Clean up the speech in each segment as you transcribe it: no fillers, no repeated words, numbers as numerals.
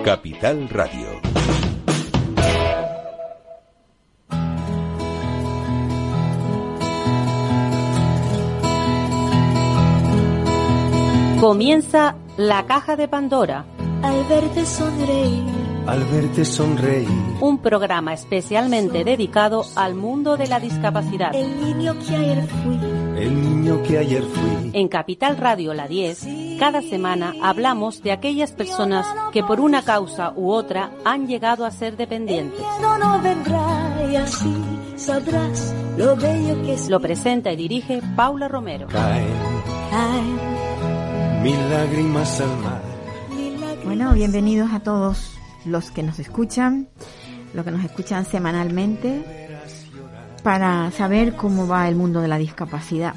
Capital Radio. Comienza La Caja de Pandora. Al verte sonreír. Al verte sonreír. Un programa especialmente dedicado al mundo de la discapacidad. El niño que ayer fui. El niño que ayer fui. En Capital Radio La 10, cada semana hablamos de aquellas personas que por una causa u otra han llegado a ser dependientes. El miedo no vendrá y así sabrás lo bello que es. Lo presenta y dirige Paula Romero. Caen mil lágrimas al mar. Bueno, bienvenidos a todos los que nos escuchan, semanalmente, para saber cómo va el mundo de la discapacidad.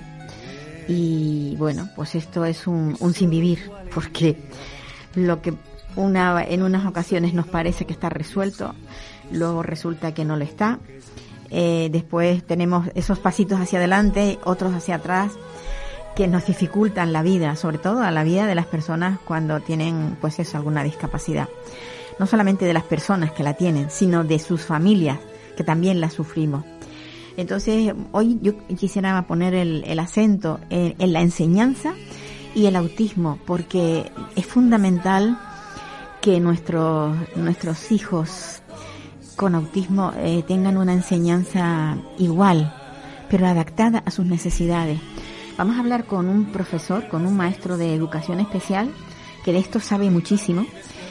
Y bueno, pues esto es un sinvivir, porque lo que en unas ocasiones nos parece que está resuelto, luego resulta que no lo está. Después tenemos esos pasitos hacia adelante, otros hacia atrás, que nos dificultan la vida, sobre todo a la vida de las personas cuando tienen, pues eso, alguna discapacidad. No solamente de las personas que la tienen, sino de sus familias, que también la sufrimos. Entonces, hoy yo quisiera poner el acento en la enseñanza y el autismo, porque es fundamental que nuestros hijos con autismo tengan una enseñanza igual, pero adaptada a sus necesidades. Vamos a hablar con un profesor, con un maestro de educación especial, que de esto sabe muchísimo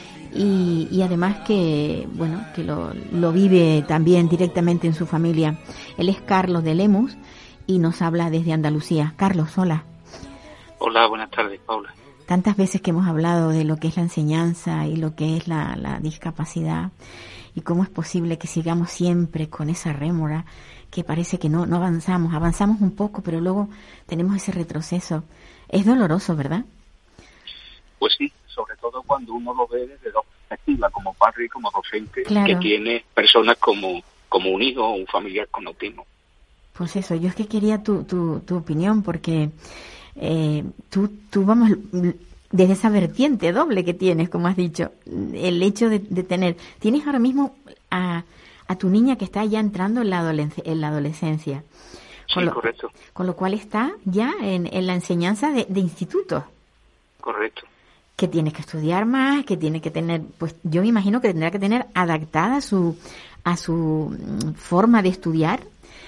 y además que lo vive también directamente en su familia. Él es Carlos de Lemus y nos habla desde Andalucía. Carlos, hola. Hola, buenas tardes, Paula. Tantas veces que hemos hablado de lo que es la enseñanza y lo que es la discapacidad y cómo es posible que sigamos siempre con esa rémora, que parece que no avanzamos un poco, pero luego tenemos ese retroceso. Es doloroso, ¿verdad? Pues sí, sobre todo cuando uno lo ve desde dos perspectivas, como padre y como docente, claro, que tiene personas como un hijo o un familiar con autismo. Pues eso, yo es que quería tu opinión, porque tú vamos, desde esa vertiente doble que tienes, como has dicho, el hecho de tener, tienes ahora mismo a tu niña que está ya entrando en la adolescencia. Sí, correcto. Con lo cual está ya en la enseñanza de instituto. Correcto. Que tiene que estudiar más, que tiene que tener, pues yo me imagino que tendrá que tener adaptada a su forma de estudiar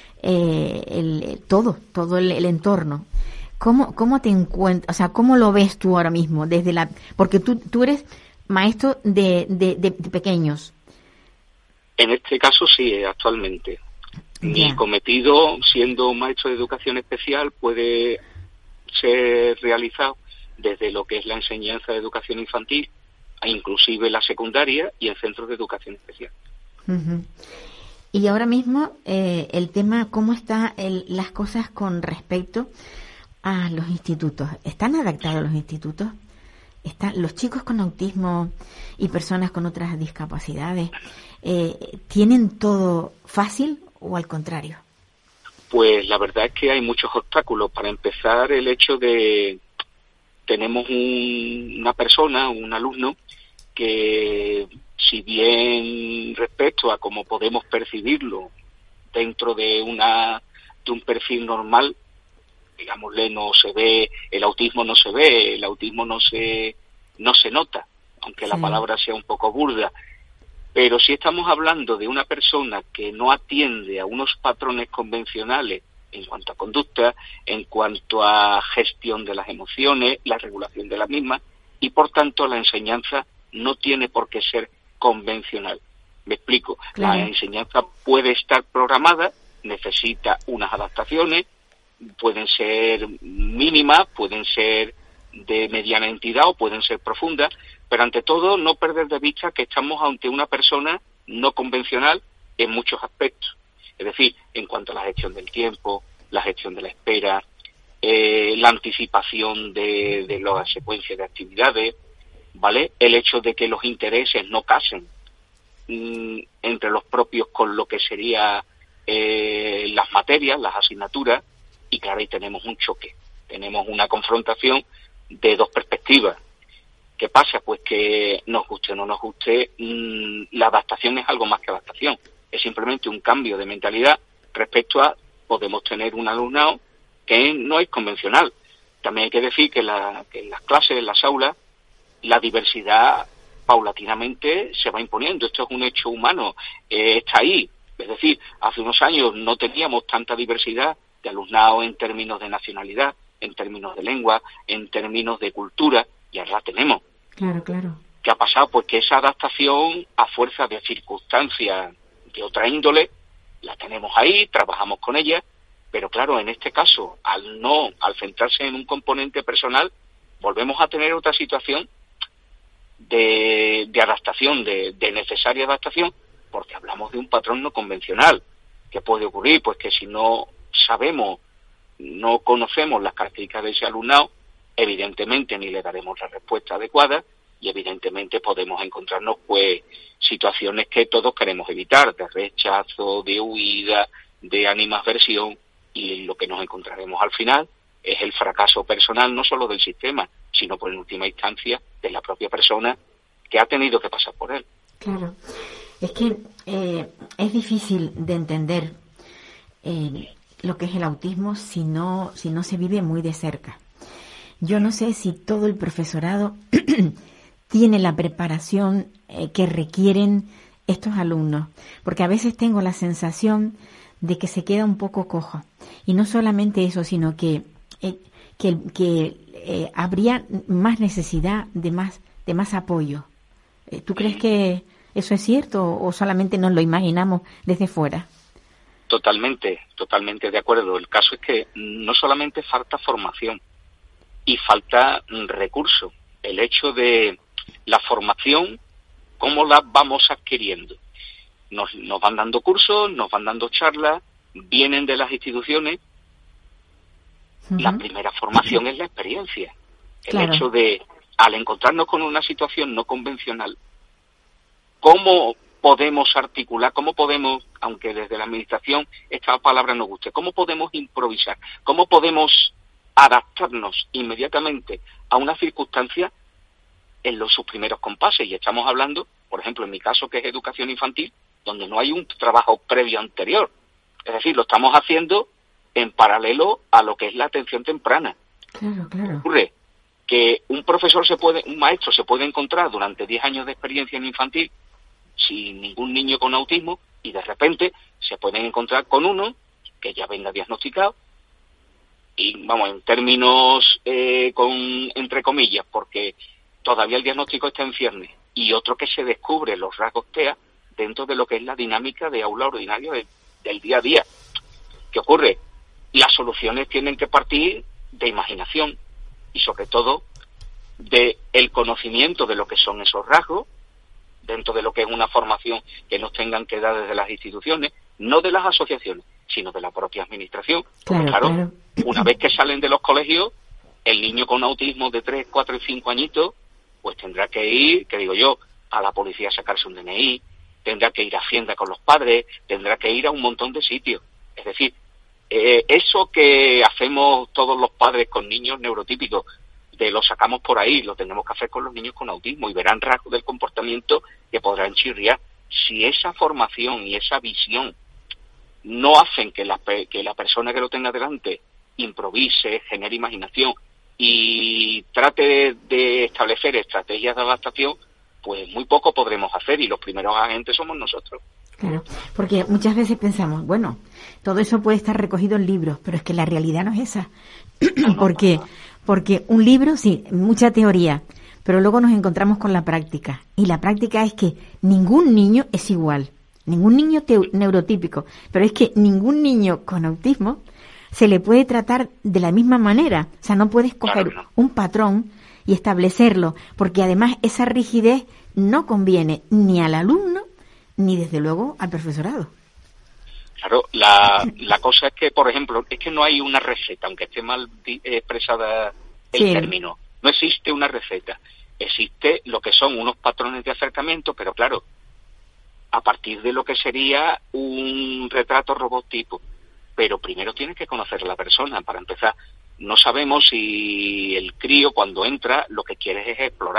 todo el entorno. ¿Cómo te encuentras? O sea, ¿cómo lo ves tú ahora mismo? Porque tú eres maestro de pequeños. En este caso sí, actualmente. Mi cometido, siendo maestro de educación especial, puede ser realizado desde lo que es la enseñanza de educación infantil, a inclusive la secundaria y en centros de educación especial. Uh-huh. Y ahora mismo el tema, ¿cómo están las cosas con respecto a los institutos? ¿Están adaptados los institutos? Los chicos con autismo y personas con otras discapacidades, ¿tienen todo fácil o al contrario? Pues la verdad es que hay muchos obstáculos. Para empezar, el hecho de tenemos una persona, un alumno, que si bien respecto a cómo podemos percibirlo dentro de un perfil normal, digámosle, no se ve, el autismo no se ve, el autismo no se nota, aunque la palabra sea un poco burda. Pero si estamos hablando de una persona que no atiende a unos patrones convencionales en cuanto a conducta, en cuanto a gestión de las emociones, la regulación de las mismas, y por tanto la enseñanza no tiene por qué ser convencional. Me explico. Claro. La enseñanza puede estar programada, necesita unas adaptaciones, pueden ser mínimas, pueden ser de mediana entidad o pueden ser profundas, pero ante todo no perder de vista que estamos ante una persona no convencional en muchos aspectos. Es decir, en cuanto a la gestión del tiempo, la gestión de la espera, la anticipación de la secuencia de actividades, ¿vale? El hecho de que los intereses no casen entre los propios con lo que sería las materias, las asignaturas, y claro, ahí tenemos un choque, tenemos una confrontación de dos perspectivas, ¿Qué pasa? Pues que nos guste o no nos guste, la adaptación es algo más que adaptación. Es simplemente un cambio de mentalidad respecto a podemos tener un alumnado que no es convencional. También hay que decir que en las clases, en las aulas, la diversidad paulatinamente se va imponiendo. Esto es un hecho humano, está ahí. Es decir, hace unos años no teníamos tanta diversidad de alumnado en términos de nacionalidad, en términos de lengua, en términos de cultura, y ahora la tenemos. Claro, claro. ¿Qué ha pasado? Pues que esa adaptación, a fuerza de circunstancias de otra índole, la tenemos ahí, trabajamos con ella, pero claro, en este caso, al centrarse en un componente personal, volvemos a tener otra situación de adaptación, de necesaria adaptación, porque hablamos de un patrón no convencional. ¿Qué puede ocurrir? Pues que si no sabemos, no conocemos las características de ese alumnado, evidentemente ni le daremos la respuesta adecuada y evidentemente podemos encontrarnos pues situaciones que todos queremos evitar, de rechazo, de huida, de animadversión, y lo que nos encontraremos al final es el fracaso personal no solo del sistema, sino por en última instancia de la propia persona que ha tenido que pasar por él. Claro, es que es difícil de entender lo que es el autismo si no se vive muy de cerca. Yo no sé si todo el profesorado tiene la preparación que requieren estos alumnos, porque a veces tengo la sensación de que se queda un poco cojo. Y no solamente eso, sino que habría más necesidad de más apoyo. ¿Tú crees que eso es cierto o solamente nos lo imaginamos desde fuera? Totalmente de acuerdo. El caso es que no solamente falta formación y falta recursos. El hecho de la formación, ¿cómo la vamos adquiriendo? Nos van dando cursos, nos van dando charlas, vienen de las instituciones. Uh-huh. La primera formación es la experiencia. El hecho de, al encontrarnos con una situación no convencional, ¿cómo podemos articular, cómo podemos, aunque desde la administración esta palabra nos guste, cómo podemos improvisar, cómo podemos adaptarnos inmediatamente a una circunstancia en sus primeros compases? Y estamos hablando, por ejemplo, en mi caso, que es educación infantil, donde no hay un trabajo previo anterior. Es decir, lo estamos haciendo en paralelo a lo que es la atención temprana. Claro. Ocurre que un maestro se puede encontrar durante 10 años de experiencia en infantil sin ningún niño con autismo, y de repente se pueden encontrar con uno que ya venga diagnosticado, y vamos, en términos entre comillas, porque todavía el diagnóstico está en ciernes, y otro que se descubre los rasgos TEA dentro de lo que es la dinámica de aula ordinaria del día a día. ¿Qué ocurre? Las soluciones tienen que partir de imaginación y sobre todo de el conocimiento de lo que son esos rasgos dentro de lo que es una formación que nos tengan que dar desde las instituciones, no de las asociaciones, sino de la propia administración. Claro. Una vez que salen de los colegios, el niño con autismo de 3, 4 y 5 añitos, pues tendrá que ir, que digo yo, a la policía a sacarse un DNI, tendrá que ir a Hacienda con los padres, tendrá que ir a un montón de sitios. Es decir, eso que hacemos todos los padres con niños neurotípicos, lo sacamos por ahí, lo tenemos que hacer con los niños con autismo y verán rasgos del comportamiento que podrán chirriar. Si esa formación y esa visión no hacen que la persona que lo tenga delante improvise, genere imaginación y trate de establecer estrategias de adaptación, pues muy poco podremos hacer, y los primeros agentes somos nosotros. Claro, porque muchas veces pensamos, bueno, todo eso puede estar recogido en libros, pero es que la realidad no es esa. Porque un libro, sí, mucha teoría, pero luego nos encontramos con la práctica. Y la práctica es que ningún niño es igual, ningún niño neurotípico, pero es que ningún niño con autismo se le puede tratar de la misma manera. O sea, no puedes coger un patrón y establecerlo, porque además esa rigidez no conviene ni al alumno ni desde luego al profesorado. Claro, la cosa es que, por ejemplo, es que no hay una receta, aunque esté mal expresada el término. No existe una receta. Existe lo que son unos patrones de acercamiento, pero claro, a partir de lo que sería un retrato robot tipo. Pero primero tienes que conocer a la persona. Para empezar, no sabemos si el crío cuando entra lo que quiere es explorar.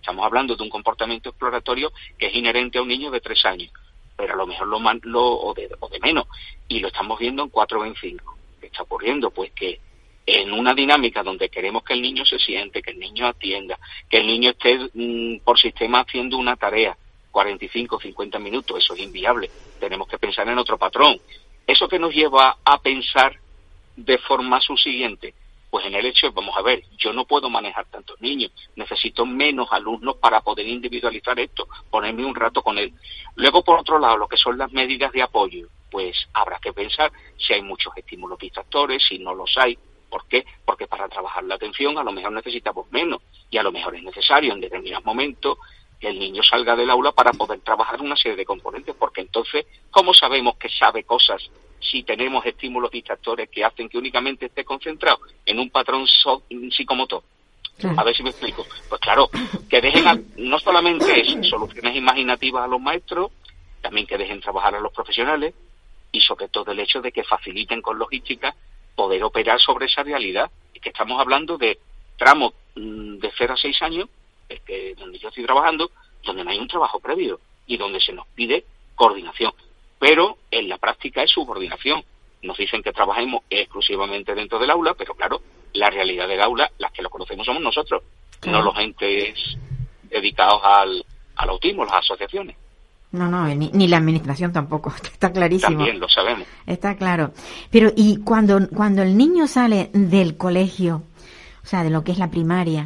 estamos hablando de un comportamiento exploratorio que es inherente a un niño de 3 años, pero a lo mejor o de menos, y lo estamos viendo en 4 o en 5. ¿Qué está ocurriendo? Pues que en una dinámica donde queremos que el niño se siente, que el niño atienda, que el niño esté por sistema haciendo una tarea 45, 50 minutos, eso es inviable. Tenemos que pensar en otro patrón. ¿Eso que nos lleva a pensar de forma subsiguiente? Pues en el hecho, vamos a ver, yo no puedo manejar tantos niños, necesito menos alumnos para poder individualizar esto, ponerme un rato con él. Luego, por otro lado, lo que son las medidas de apoyo, pues habrá que pensar si hay muchos estímulos distractores, si no los hay. ¿Por qué? Porque para trabajar la atención a lo mejor necesitamos menos, y a lo mejor es necesario en determinados momentos que el niño salga del aula para poder trabajar una serie de componentes, porque entonces, ¿cómo sabemos que sabe cosas si tenemos estímulos distractores que hacen que únicamente esté concentrado en un patrón psicomotor? A ver si me explico. Pues claro, que dejen no solamente soluciones imaginativas a los maestros, también que dejen trabajar a los profesionales, y sobre todo el hecho de que faciliten con logística poder operar sobre esa realidad. Y que estamos hablando de tramos de 0 a 6 años, donde yo estoy trabajando, donde no hay un trabajo previo y donde se nos pide coordinación. Pero en la práctica es subordinación. Nos dicen que trabajemos exclusivamente dentro del aula, pero claro, la realidad del aula, las que lo conocemos somos nosotros, no los entes dedicados al autismo, las asociaciones. No, ni la administración tampoco, está clarísimo. También lo sabemos. Está claro. Pero y cuando el niño sale del colegio, o sea, de lo que es la primaria,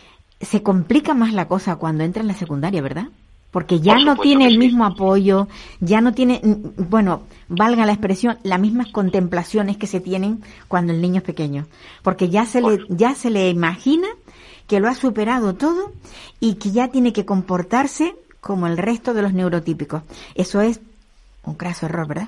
se complica más la cosa cuando entra en la secundaria, ¿verdad? Porque ya no tiene el mismo apoyo, ya no tiene, bueno, valga la expresión, las mismas contemplaciones que se tienen cuando el niño es pequeño. Porque ya se le imagina que lo ha superado todo y que ya tiene que comportarse como el resto de los neurotípicos. Eso es un craso error, ¿verdad?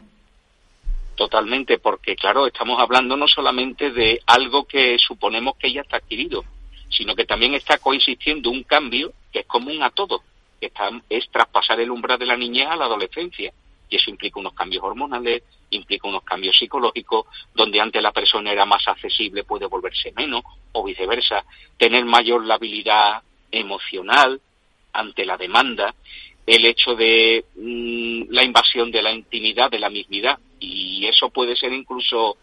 Totalmente, porque claro, estamos hablando no solamente de algo que suponemos que ya está adquirido, sino que también está coexistiendo un cambio que es común a todos, que es traspasar el umbral de la niñez a la adolescencia. Y eso implica unos cambios hormonales, implica unos cambios psicológicos, donde antes la persona era más accesible puede volverse menos, o viceversa, tener mayor labilidad emocional ante la demanda, el hecho de la invasión de la intimidad, de la mismidad, y eso puede ser incluso,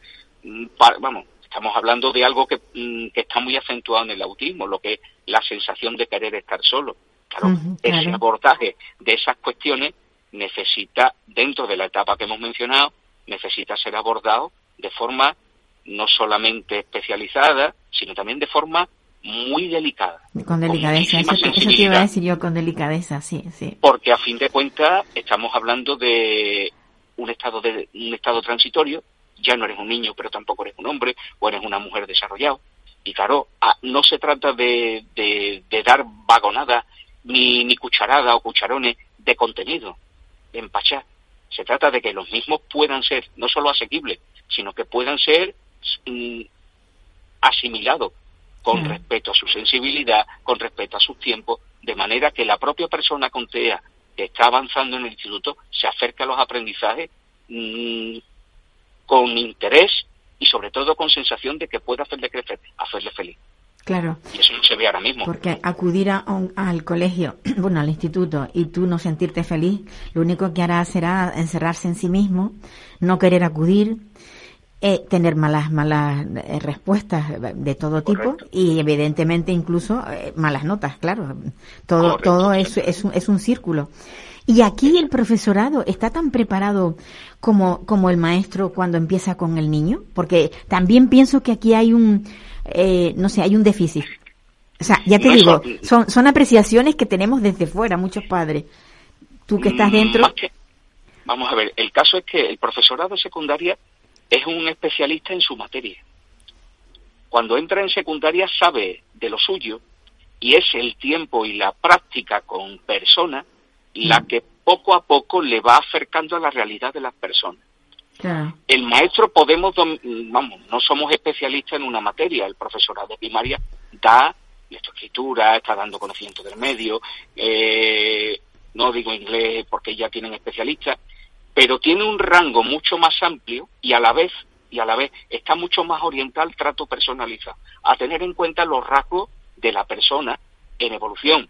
estamos hablando de algo que está muy acentuado en el autismo, lo que es la sensación de querer estar solo. Claro, ese abordaje de esas cuestiones necesita, dentro de la etapa que hemos mencionado, necesita ser abordado de forma no solamente especializada, sino también de forma muy delicada. Con delicadeza, eso te iba a decir yo, con delicadeza, sí. Porque a fin de cuentas estamos hablando de un estado transitorio, ya no eres un niño, pero tampoco eres un hombre, o eres una mujer desarrollado. Y claro, no se trata de dar vagonadas, ni cucharada o cucharones de contenido, de empachar. Se trata de que los mismos puedan ser no solo asequibles, sino que puedan ser asimilados con respeto a su sensibilidad, con respeto a sus tiempos, de manera que la propia persona con TEA que está avanzando en el instituto se acerque a los aprendizajes con interés y sobre todo con sensación de que puede hacerle crecer, hacerle feliz. Claro. Y eso no se ve ahora mismo. Porque acudir al colegio, al instituto, y tú no sentirte feliz, lo único que hará será encerrarse en sí mismo, no querer acudir, tener malas respuestas de todo tipo. Correcto. Y evidentemente incluso malas notas, claro. Todo es un círculo. Y aquí el profesorado está tan preparado como el maestro cuando empieza con el niño, porque también pienso que aquí hay hay un déficit. O sea, ya te digo, son apreciaciones que tenemos desde fuera, muchos padres. Tú que estás dentro. Vamos a ver, el caso es que el profesorado de secundaria es un especialista en su materia. Cuando entra en secundaria sabe de lo suyo y es el tiempo y la práctica con personas la que poco a poco le va acercando a la realidad de las personas. Claro. El maestro no somos especialistas en una materia. El profesorado de primaria da lectoescritura, está dando conocimiento del medio, no digo inglés porque ya tienen especialistas, pero tiene un rango mucho más amplio y a la vez está mucho más orientado al trato personalizado, a tener en cuenta los rasgos de la persona en evolución.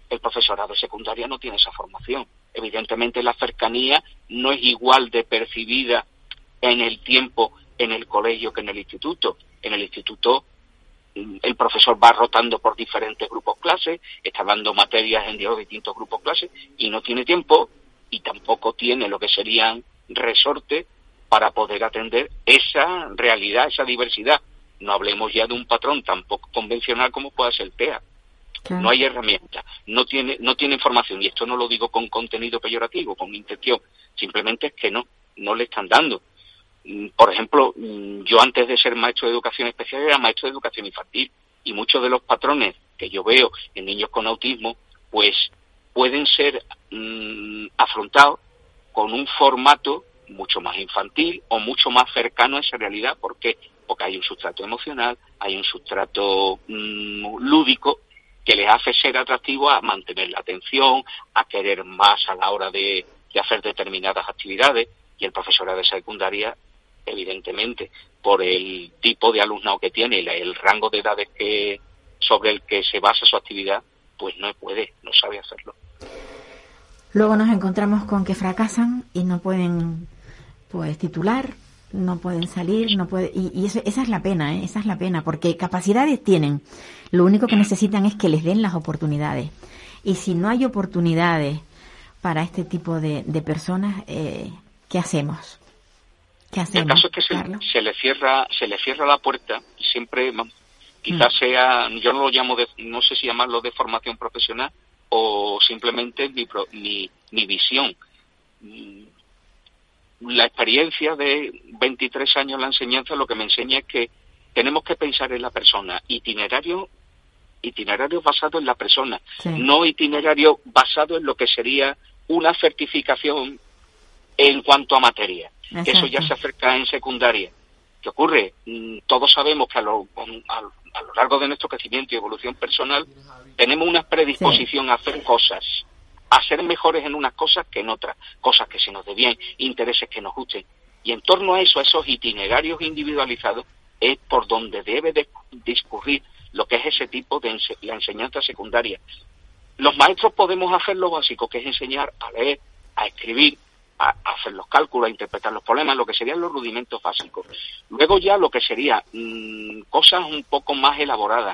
el profesorado de secundaria no tiene esa formación. Evidentemente la cercanía no es igual de percibida en el tiempo en el colegio que en el instituto. En el instituto el profesor va rotando por diferentes grupos clases, está dando materias en distintos grupos clases y no tiene tiempo y tampoco tiene lo que serían resortes para poder atender esa realidad, esa diversidad. No hablemos ya de un patrón tan poco convencional como pueda ser el TEA. Claro. No hay herramientas, no tiene información, y esto no lo digo con contenido peyorativo, con intención, simplemente es que no le están dando. Por ejemplo, yo antes de ser maestro de educación especial era maestro de educación infantil, y muchos de los patrones que yo veo en niños con autismo pues pueden ser afrontados con un formato mucho más infantil o mucho más cercano a esa realidad. ¿Por qué? Porque hay un sustrato emocional, hay un sustrato lúdico que les hace ser atractivos a mantener la atención, a querer más a la hora de hacer determinadas actividades, y el profesorado de secundaria, evidentemente, por el tipo de alumnado que tiene y el rango de edades sobre el que se basa su actividad, pues no sabe hacerlo. Luego nos encontramos con que fracasan y no pueden titular, no pueden salir, y esa es la pena, esa es la pena, porque capacidades tienen, lo único que necesitan es que les den las oportunidades, y si no hay oportunidades para este tipo de personas, ¿qué hacemos? El caso es que se le cierra la puerta, y siempre quizás sea, yo no lo llamo no sé si llamarlo de formación profesional o simplemente mi visión. La experiencia de 23 años en la enseñanza lo que me enseña es que tenemos que pensar en la persona, itinerarios basados en la persona, sí. No itinerarios basados en lo que sería una certificación en cuanto a materia. Exacto. Eso ya se acerca en secundaria. ¿Qué ocurre? Todos sabemos que a lo largo de nuestro crecimiento y evolución personal tenemos una predisposición sí. a hacer cosas, a ser mejores en unas cosas que en otras, cosas que se nos dé bien, intereses que nos gusten. Y en torno a eso, a esos itinerarios individualizados, es por donde debe discurrir lo que es ese tipo de la enseñanza secundaria. Los maestros podemos hacer lo básico, que es enseñar a leer, a escribir, a hacer los cálculos, a interpretar los problemas, lo que serían los rudimentos básicos. Luego ya lo que sería cosas un poco más elaboradas,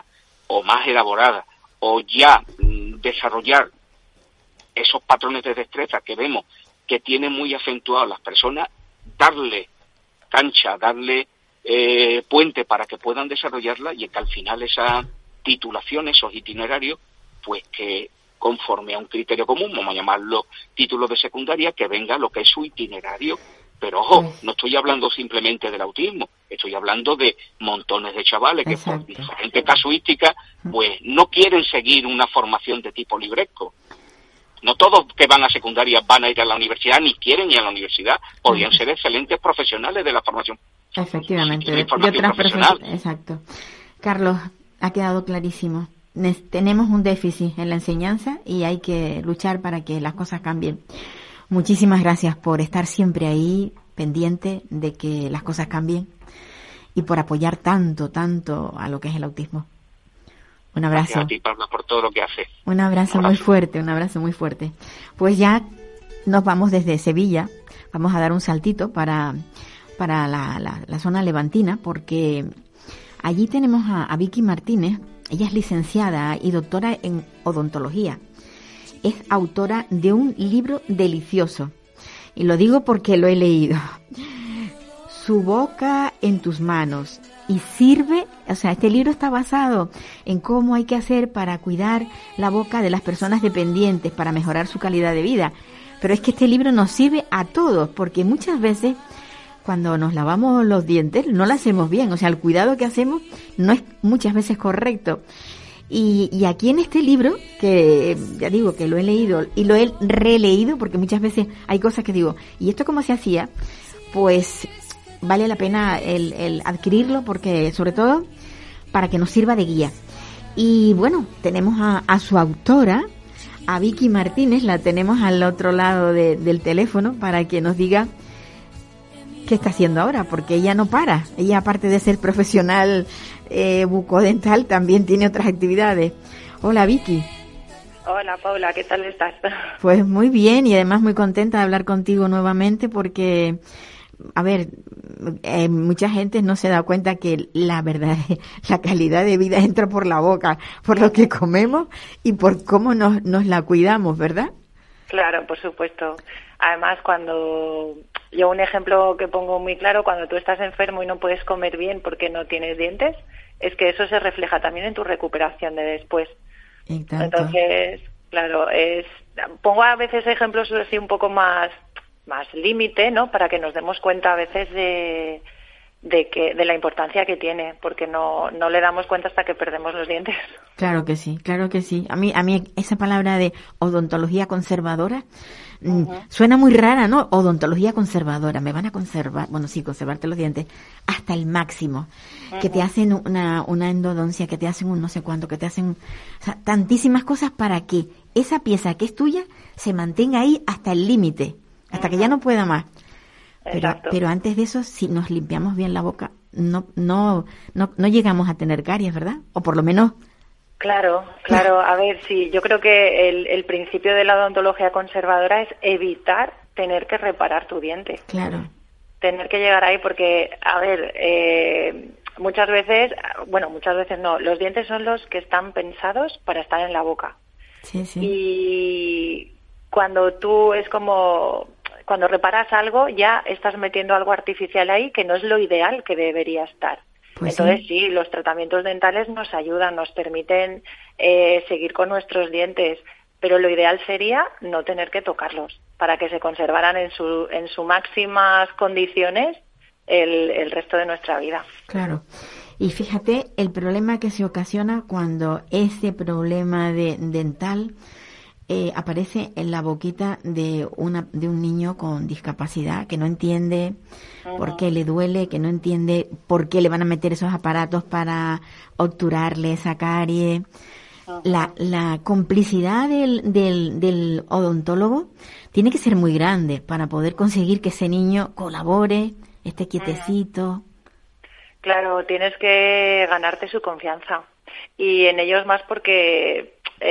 o ya desarrollar esos patrones de destreza que vemos que tienen muy acentuados las personas, darle cancha, darle puente para que puedan desarrollarla, y que al final esa titulación, esos itinerarios, pues que conforme a un criterio común, vamos a llamarlo títulos de secundaria, que venga lo que es su itinerario. Pero ojo, no estoy hablando simplemente del autismo, estoy hablando de montones de chavales que Exacto. por diferentes casuísticas pues no quieren seguir una formación de tipo libresco. No todos que van a secundaria van a ir a la universidad, ni quieren ir a la universidad. Podrían ser excelentes profesionales de la formación. Efectivamente, de otras profesional. Exacto. Carlos, ha quedado clarísimo. Tenemos un déficit en la enseñanza y hay que luchar para que las cosas cambien. Muchísimas gracias por estar siempre ahí, pendiente de que las cosas cambien, y por apoyar tanto a lo que es el autismo. Un abrazo. Gracias a ti, Pablo, por todo lo que haces. Un abrazo muy fuerte. Pues ya nos vamos desde Sevilla, vamos a dar un saltito para la zona levantina, porque allí tenemos a Vicky Martínez. Ella es licenciada y doctora en odontología. Es autora de un libro delicioso. Y lo digo porque lo he leído. Su boca en tus manos. Y sirve, este libro está basado en cómo hay que hacer para cuidar la boca de las personas dependientes, para mejorar su calidad de vida. Pero es que este libro nos sirve a todos, porque muchas veces cuando nos lavamos los dientes no lo hacemos bien, el cuidado que hacemos no es muchas veces correcto. Y aquí en este libro, que ya digo que lo he leído y lo he releído, porque muchas veces hay cosas que digo, ¿y esto cómo se hacía? Pues vale la pena el adquirirlo, porque sobre todo para que nos sirva de guía. Y bueno, tenemos a su autora, a Vicky Martínez, la tenemos al otro lado del teléfono para que nos diga qué está haciendo ahora, porque ella no para. Ella, aparte de ser profesional bucodental, también tiene otras actividades. Hola, Vicky. Hola Paula, ¿qué tal estás? Pues muy bien, y además muy contenta de hablar contigo nuevamente porque, a ver, mucha gente no se da cuenta que la verdad, la calidad de vida entra por la boca, por lo que comemos y por cómo nos la cuidamos, ¿verdad? Claro, por supuesto. Además, yo un ejemplo que pongo muy claro, cuando tú estás enfermo y no puedes comer bien porque no tienes dientes, es que eso se refleja también en tu recuperación de después. Entonces, claro, pongo a veces ejemplos así un poco más límite, ¿no? Para que nos demos cuenta a veces de la importancia que tiene, porque no le damos cuenta hasta que perdemos los dientes. Claro que sí, claro que sí. A mí esa palabra de odontología conservadora suena muy rara, ¿no? Odontología conservadora, me van a conservar, bueno, sí, conservarte los dientes hasta el máximo, que te hacen una endodoncia, que te hacen un no sé cuánto, que te hacen, o sea, tantísimas cosas para que esa pieza que es tuya se mantenga ahí hasta el límite, hasta que ya no pueda más. Pero antes de eso, si nos limpiamos bien la boca, no llegamos a tener caries, ¿verdad? O por lo menos. Claro. A ver, sí, yo creo que el principio de la odontología conservadora es evitar tener que reparar tu diente. Claro. Tener que llegar ahí porque, a ver, muchas veces no, los dientes son los que están pensados para estar en la boca. Sí. Y cuando cuando reparas algo, ya estás metiendo algo artificial ahí que no es lo ideal que debería estar. Pues entonces sí, los tratamientos dentales nos ayudan, nos permiten seguir con nuestros dientes, pero lo ideal sería no tener que tocarlos para que se conservaran en su máximas condiciones el resto de nuestra vida. Claro. Y fíjate el problema que se ocasiona cuando ese problema dental aparece en la boquita de un niño con discapacidad que no entiende por qué le duele, que no entiende por qué le van a meter esos aparatos para obturarle esa carie. La complicidad del odontólogo tiene que ser muy grande para poder conseguir que ese niño colabore, esté quietecito. Claro, tienes que ganarte su confianza y en ellos más porque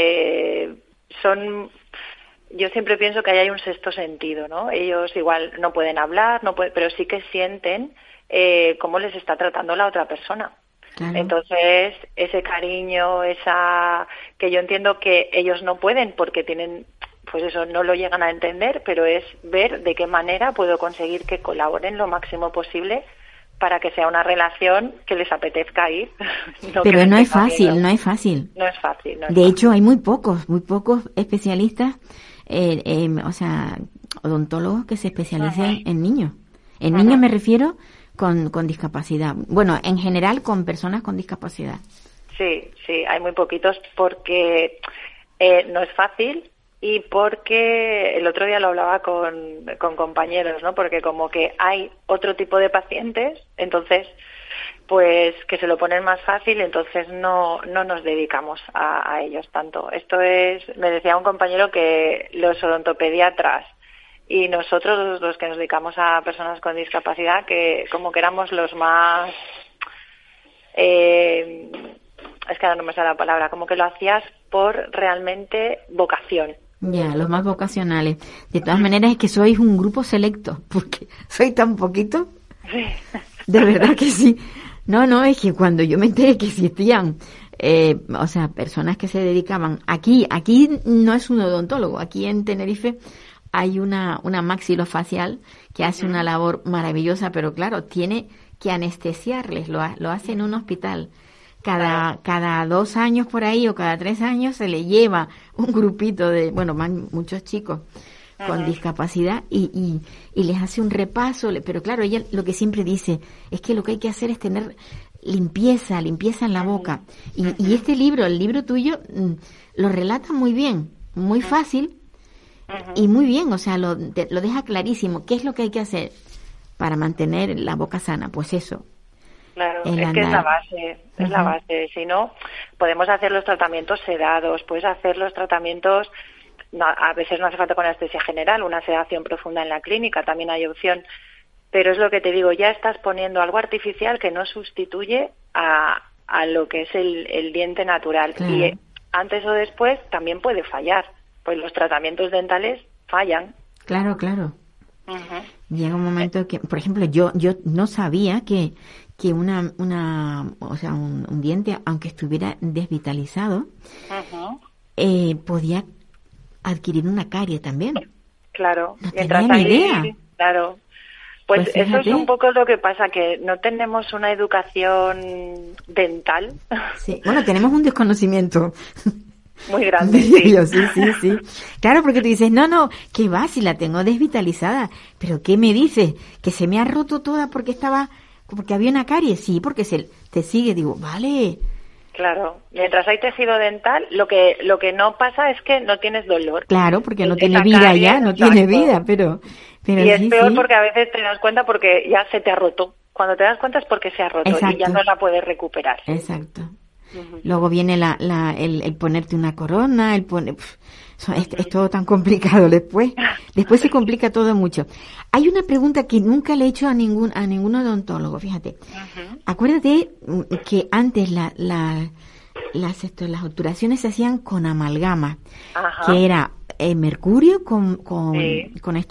yo siempre pienso que ahí hay un sexto sentido, ¿no? Ellos igual no pueden hablar, pero sí que sienten cómo les está tratando la otra persona. Claro. Entonces, ese cariño, que yo entiendo que ellos no pueden porque tienen, pues eso, no lo llegan a entender, pero es ver de qué manera puedo conseguir que colaboren lo máximo posible para que sea una relación que les apetezca ir. Pero no es fácil, no es fácil. No es fácil. De hecho, hay muy pocos especialistas, o sea, odontólogos que se especialicen en niños. En niños me refiero con discapacidad. Bueno, en general con personas con discapacidad. Sí, hay muy poquitos porque no es fácil. Y porque el otro día lo hablaba con compañeros, ¿no? Porque como que hay otro tipo de pacientes, entonces, pues que se lo ponen más fácil, entonces no nos dedicamos a ellos tanto. Me decía un compañero que los odontopediatras y nosotros, los que nos dedicamos a personas con discapacidad, que como que éramos los más... es que ahora no me sale la palabra, como que lo hacías por realmente vocación. Ya, los más vocacionales. De todas maneras es que sois un grupo selecto, porque soy tan poquito. Sí. De verdad que sí. No, es que cuando yo me enteré que existían, o sea, personas que se dedicaban, aquí no es un odontólogo, aquí en Tenerife hay una maxilofacial que hace una labor maravillosa, pero claro, tiene que anestesiarles, lo hace en un hospital. Cada 2 años por ahí o cada 3 años se le lleva un grupito de, muchos chicos con discapacidad y les hace un repaso, pero claro, ella lo que siempre dice es que lo que hay que hacer es tener limpieza en la boca. Y este libro, el libro tuyo, lo relata muy bien, muy fácil y muy bien, o sea, lo deja clarísimo. ¿Qué es lo que hay que hacer para mantener la boca sana? Pues eso. Claro, es que es la base. Si no, podemos hacer los tratamientos sedados, puedes hacer los tratamientos, a veces no hace falta con anestesia general, una sedación profunda en la clínica, también hay opción, pero es lo que te digo, ya estás poniendo algo artificial que no sustituye a lo que es el diente natural. Claro. Y antes o después también puede fallar, pues los tratamientos dentales fallan. Claro. Uh-huh. Llega un momento que, por ejemplo, yo no sabía que un diente, aunque estuviera desvitalizado, Uh-huh. Podía adquirir una carie también. Claro, No mientras tenía ni ahí, idea. claro. Pues eso es fíjate. un poco lo que pasa, que no tenemos una educación dental Sí. Bueno, tenemos un desconocimiento. muy grande. Diría Sí. yo, sí. Claro, porque tú dices, no, ¿qué va? Si la tengo desvitalizada. ¿Pero qué me dices? ¿Que se me ha roto toda porque había una carie? Sí, porque te sigue. Digo, vale. Claro, mientras hay tejido dental, lo que no pasa es que no tienes dolor. Claro, porque no Esa tiene vida carie, ya, no exacto. tiene vida, pero Y es sí, peor sí. porque a veces te das cuenta porque ya se te ha roto. Cuando te das cuenta es porque se ha roto Exacto. y ya no la puedes recuperar. Exacto. Ujú. Luego viene el ponerte una corona, es todo tan complicado después. Después se complica todo mucho. Hay una pregunta que nunca le he hecho a ningún odontólogo, fíjate. Ujú. Acuérdate que antes las obturaciones se hacían con amalgama, Ajá. que era mercurio Sí.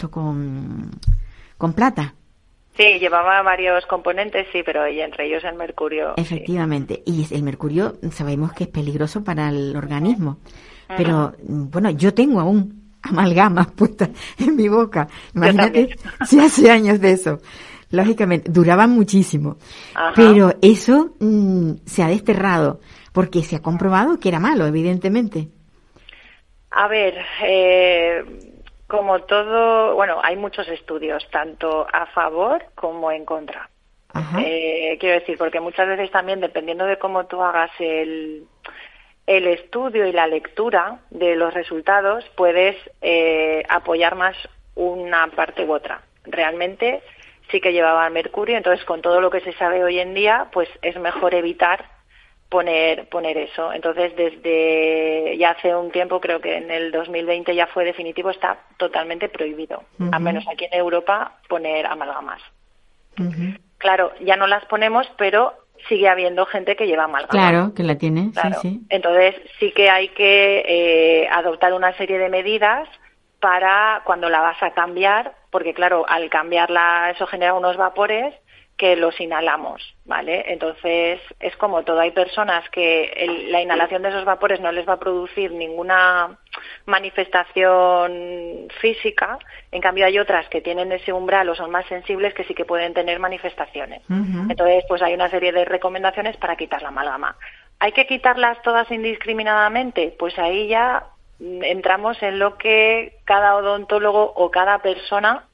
con plata. Sí, llevaba varios componentes, sí, pero y entre ellos el mercurio. Efectivamente, y el mercurio sabemos que es peligroso para el organismo, pero bueno, yo tengo aún amalgamas puestas en mi boca, imagínate si hace años de eso, lógicamente, duraban muchísimo, Ajá. pero eso se ha desterrado, porque se ha comprobado que era malo, evidentemente. A ver, como todo, bueno, hay muchos estudios, tanto a favor como en contra. Ajá. Quiero decir, porque muchas veces también, dependiendo de cómo tú hagas el estudio y la lectura de los resultados, puedes apoyar más una parte u otra. Realmente sí que llevaba mercurio, entonces con todo lo que se sabe hoy en día, pues es mejor evitar poner eso. Entonces, desde ya hace un tiempo, creo que en el 2020 ya fue definitivo, está totalmente prohibido, Uh-huh. al menos aquí en Europa, poner amalgamas. Uh-huh. Claro, ya no las ponemos, pero sigue habiendo gente que lleva amalgama. Claro, que la tiene, Claro. sí. Entonces, sí que hay que adoptar una serie de medidas para cuando la vas a cambiar, porque claro, al cambiarla eso genera unos vapores que los inhalamos, ¿vale? Entonces, es como todo. Hay personas que la inhalación de esos vapores no les va a producir ninguna manifestación física, en cambio hay otras que tienen ese umbral o son más sensibles que sí que pueden tener manifestaciones. Uh-huh. Entonces, pues hay una serie de recomendaciones para quitar la amalgama. ¿Hay que quitarlas todas indiscriminadamente? Pues ahí ya entramos en lo que cada odontólogo o cada persona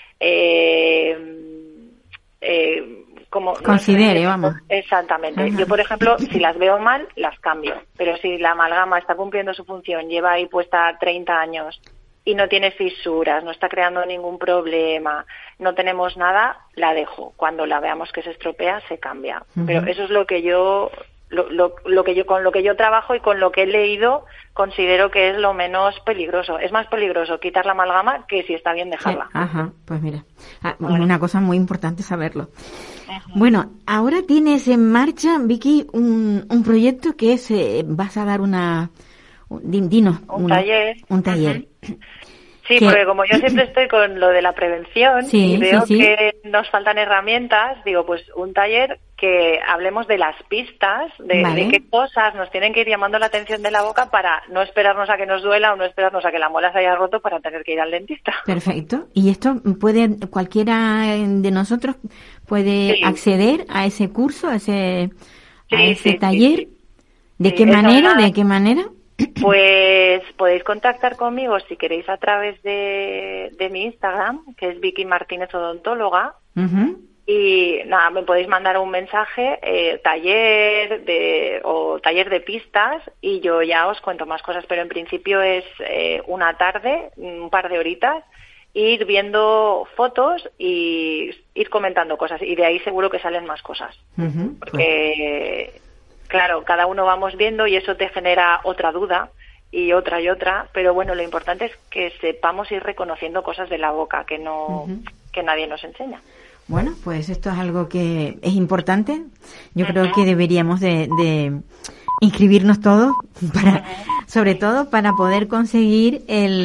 como considere, vamos. Exactamente. Ajá. Yo, por ejemplo, si las veo mal, las cambio. Pero si la amalgama está cumpliendo su función, lleva ahí puesta 30 años y no tiene fisuras, no está creando ningún problema, no tenemos nada, la dejo. Cuando la veamos que se estropea, se cambia. Uh-huh. Pero eso es lo que yo con lo que yo trabajo y con lo que he leído, considero que es lo menos peligroso. Es más peligroso quitar la amalgama que si está bien dejarla. Sí. Ajá, pues mira, una cosa muy importante saberlo. Bueno, ahora tienes en marcha, Vicky, un proyecto que es, vas a dar dinos. Un taller. Un taller. Sí, porque como yo siempre estoy con lo de la prevención y veo que nos faltan herramientas, digo, pues un taller que hablemos de las pistas, de qué cosas nos tienen que ir llamando la atención de la boca para no esperarnos a que nos duela o no esperarnos a que la muela se haya roto para tener que ir al dentista. Perfecto. Y esto cualquiera de nosotros puede acceder a ese curso, a ese taller. Sí. ¿De qué manera? ¿De qué manera? Pues podéis contactar conmigo si queréis a través de mi Instagram, que es Vicky Martínez Odontóloga. Uh-huh. Y nada, me podéis mandar un mensaje, taller de pistas, y yo ya os cuento más cosas, pero en principio es una tarde, un par de horitas, ir viendo fotos y ir comentando cosas, y de ahí seguro que salen más cosas. Uh-huh. Porque, claro, cada uno vamos viendo y eso te genera otra duda y otra, pero bueno, lo importante es que sepamos ir reconociendo cosas de la boca que nadie nos enseña. Bueno, pues esto es algo que es importante. Yo creo que deberíamos de inscribirnos todos, sobre todo para poder conseguir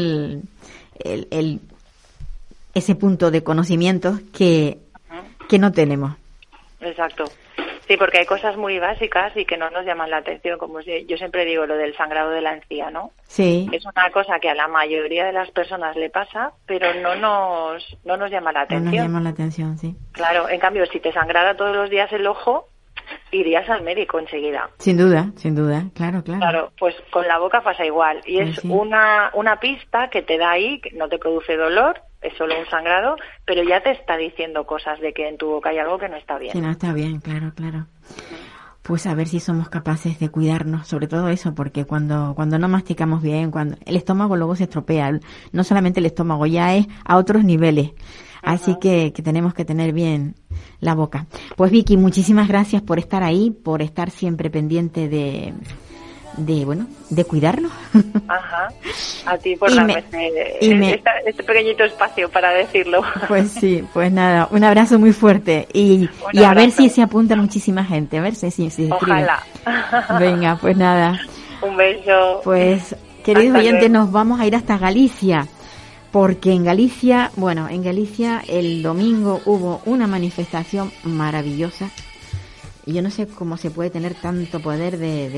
ese punto de conocimiento que no tenemos. Exacto. Sí, porque hay cosas muy básicas y que no nos llaman la atención, como yo siempre digo, lo del sangrado de la encía, ¿no? Sí. Es una cosa que a la mayoría de las personas le pasa, pero no nos llama la atención. No nos llama la atención, sí. Claro, en cambio, si te sangrara todos los días el ojo, irías al médico enseguida. Sin duda, claro. Claro, pues con la boca pasa igual. Y es sí. una pista que te da ahí, que no te produce dolor, es solo un sangrado, pero ya te está diciendo cosas de que en tu boca hay algo que no está bien. Que no está bien, claro. Pues a ver si somos capaces de cuidarnos, sobre todo eso, porque cuando no masticamos bien, cuando el estómago luego se estropea, no solamente el estómago, ya es a otros niveles. Así que tenemos que tener bien la boca. Pues Vicky, muchísimas gracias por estar ahí, por estar siempre pendiente de cuidarnos. Ajá. A ti por darme este pequeñito espacio para decirlo. Pues sí, pues nada, un abrazo muy fuerte y a ver si se apunta muchísima gente, a ver si se inscribe. Ojalá. Venga, pues nada. Un beso. Pues, queridos oyentes, luego. nos vamos a ir hasta Galicia. Porque en Galicia el domingo hubo una manifestación maravillosa. Y yo no sé cómo se puede tener tanto poder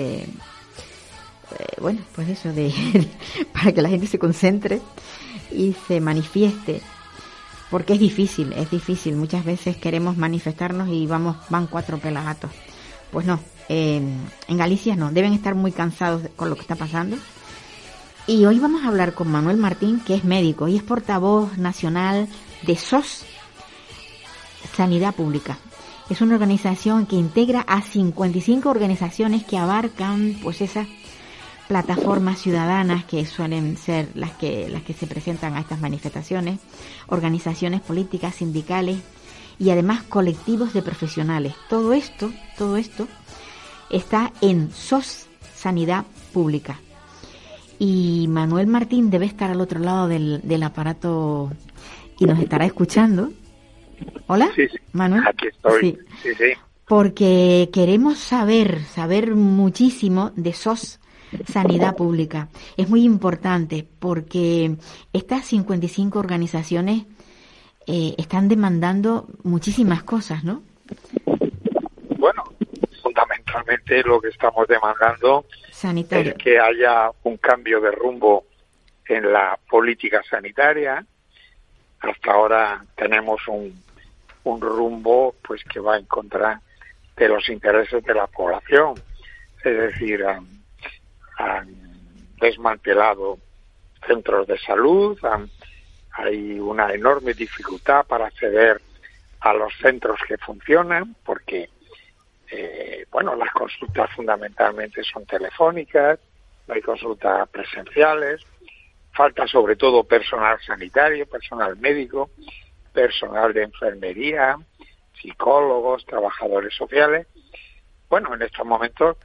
para que la gente se concentre y se manifieste. Porque es difícil. Muchas veces queremos manifestarnos y van 4 pelagatos. Pues no, en Galicia no. Deben estar muy cansados con lo que está pasando. Y hoy vamos a hablar con Manuel Martín, que es médico y es portavoz nacional de SOS Sanidad Pública. Es una organización que integra a 55 organizaciones que abarcan pues esas plataformas ciudadanas que suelen ser las que se presentan a estas manifestaciones, organizaciones políticas, sindicales y además colectivos de profesionales. Todo esto está en SOS Sanidad Pública. Y Manuel Martín debe estar al otro lado del aparato y nos estará escuchando. ¿Hola? Sí. Manuel. Aquí estoy. Sí. Porque queremos saber muchísimo de SOS Sanidad Pública. Es muy importante porque estas 55 organizaciones están demandando muchísimas cosas, ¿no? Bueno, fundamentalmente lo que estamos demandando Sanitario. es que haya un cambio de rumbo en la política sanitaria. Hasta ahora tenemos un rumbo pues que va en contra de los intereses de la población. Es decir, han desmantelado centros de salud, hay una enorme dificultad para acceder a los centros que funcionan porque las consultas fundamentalmente son telefónicas, no hay consultas presenciales, falta sobre todo personal sanitario, personal médico, personal de enfermería, psicólogos, trabajadores sociales. Bueno, en estos momentos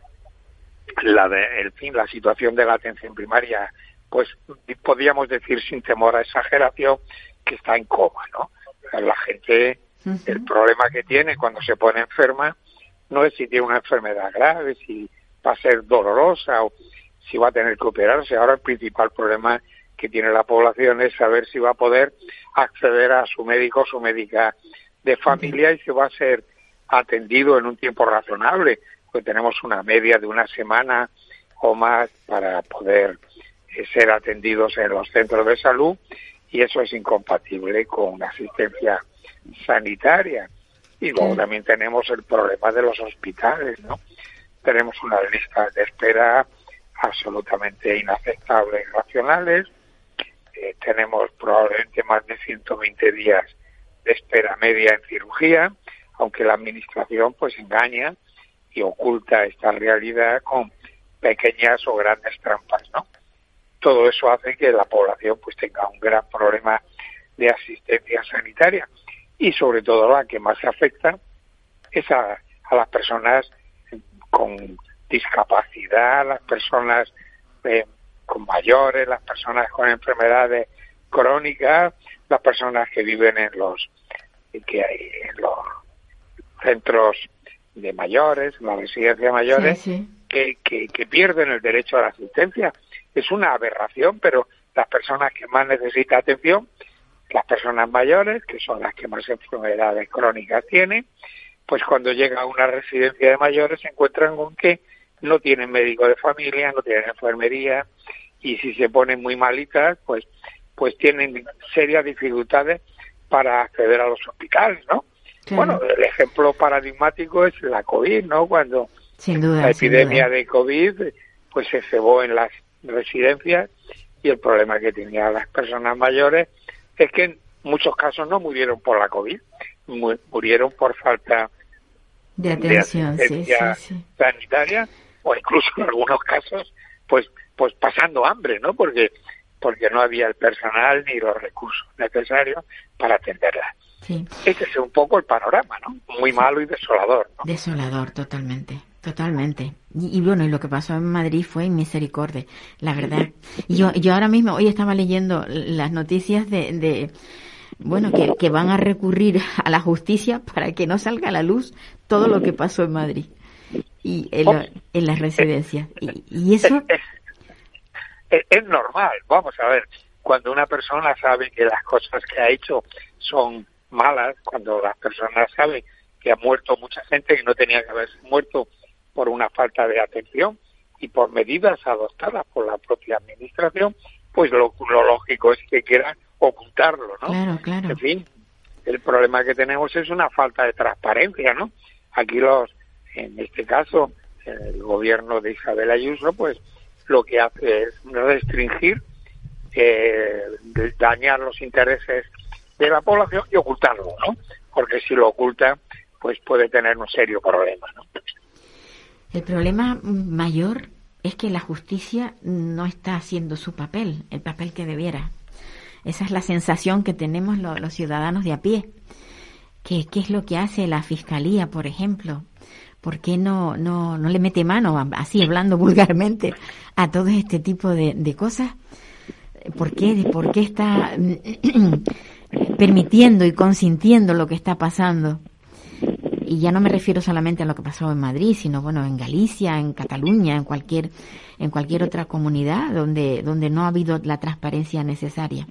la situación de la atención primaria, pues podríamos decir sin temor a exageración que está en coma, ¿no? La gente, el problema que tiene cuando se pone enferma no es si tiene una enfermedad grave, si va a ser dolorosa o si va a tener que operarse. Ahora el principal problema que tiene la población es saber si va a poder acceder a su médico o su médica de familia y si va a ser atendido en un tiempo razonable, porque tenemos una media de una semana o más para poder ser atendidos en los centros de salud y eso es incompatible con una asistencia sanitaria. Y luego también tenemos el problema de los hospitales, ¿no? Tenemos unas listas de espera absolutamente inaceptables y irracionales. Tenemos probablemente más de 120 días de espera media en cirugía, aunque la administración pues engaña y oculta esta realidad con pequeñas o grandes trampas, ¿no? Todo eso hace que la población pues tenga un gran problema de asistencia sanitaria y sobre todo la que más se afecta es a las personas con discapacidad, las personas con mayores, las personas con enfermedades crónicas, las personas que viven en los centros de mayores, en las residencias mayores, que pierden el derecho a la asistencia. Es una aberración, pero las personas que más necesitan atención, las personas mayores, que son las que más enfermedades crónicas tienen, pues cuando llegan a una residencia de mayores se encuentran con que no tienen médico de familia, no tienen enfermería, y si se ponen muy malitas, pues tienen serias dificultades para acceder a los hospitales, ¿no? Bueno, el ejemplo paradigmático es la COVID, ¿no? Cuando la epidemia de COVID pues se cebó en las residencias, y el problema que tenían las personas mayores es que en muchos casos no murieron por la COVID, murieron por falta de atención, asistencia sanitaria, o incluso en algunos casos pues pasando hambre, ¿no? Porque no había el personal ni los recursos necesarios para atenderlas. Sí. Ese es un poco el panorama, ¿no? Muy malo y desolador, ¿no? Desolador, totalmente. Y bueno, y lo que pasó en Madrid fue misericordia, la verdad. Yo ahora mismo, hoy estaba leyendo las noticias de que van a recurrir a la justicia para que no salga a la luz todo lo que pasó en Madrid y en las residencias. Y eso es normal. Vamos a ver, cuando una persona sabe que las cosas que ha hecho son malas, cuando las personas saben que ha muerto mucha gente que no tenía que haber muerto por una falta de atención y por medidas adoptadas por la propia administración, pues lo lógico es que quieran ocultarlo, ¿no? Claro. En fin, el problema que tenemos es una falta de transparencia, ¿no? Aquí en este caso, el gobierno de Isabel Ayuso, pues lo que hace es restringir, dañar los intereses de la población y ocultarlo, ¿no? Porque si lo oculta, pues puede tener un serio problema, ¿no? El problema mayor es que la justicia no está haciendo su papel, el papel que debiera. Esa es la sensación que tenemos los ciudadanos de a pie. ¿Qué es lo que hace la Fiscalía, por ejemplo? ¿Por qué no le mete mano, así hablando vulgarmente, a todo este tipo de cosas? ¿Por qué está permitiendo y consintiendo lo que está pasando? Y ya no me refiero solamente a lo que pasó en Madrid, sino en Galicia, en Cataluña, en cualquier otra comunidad donde no ha habido la transparencia necesaria.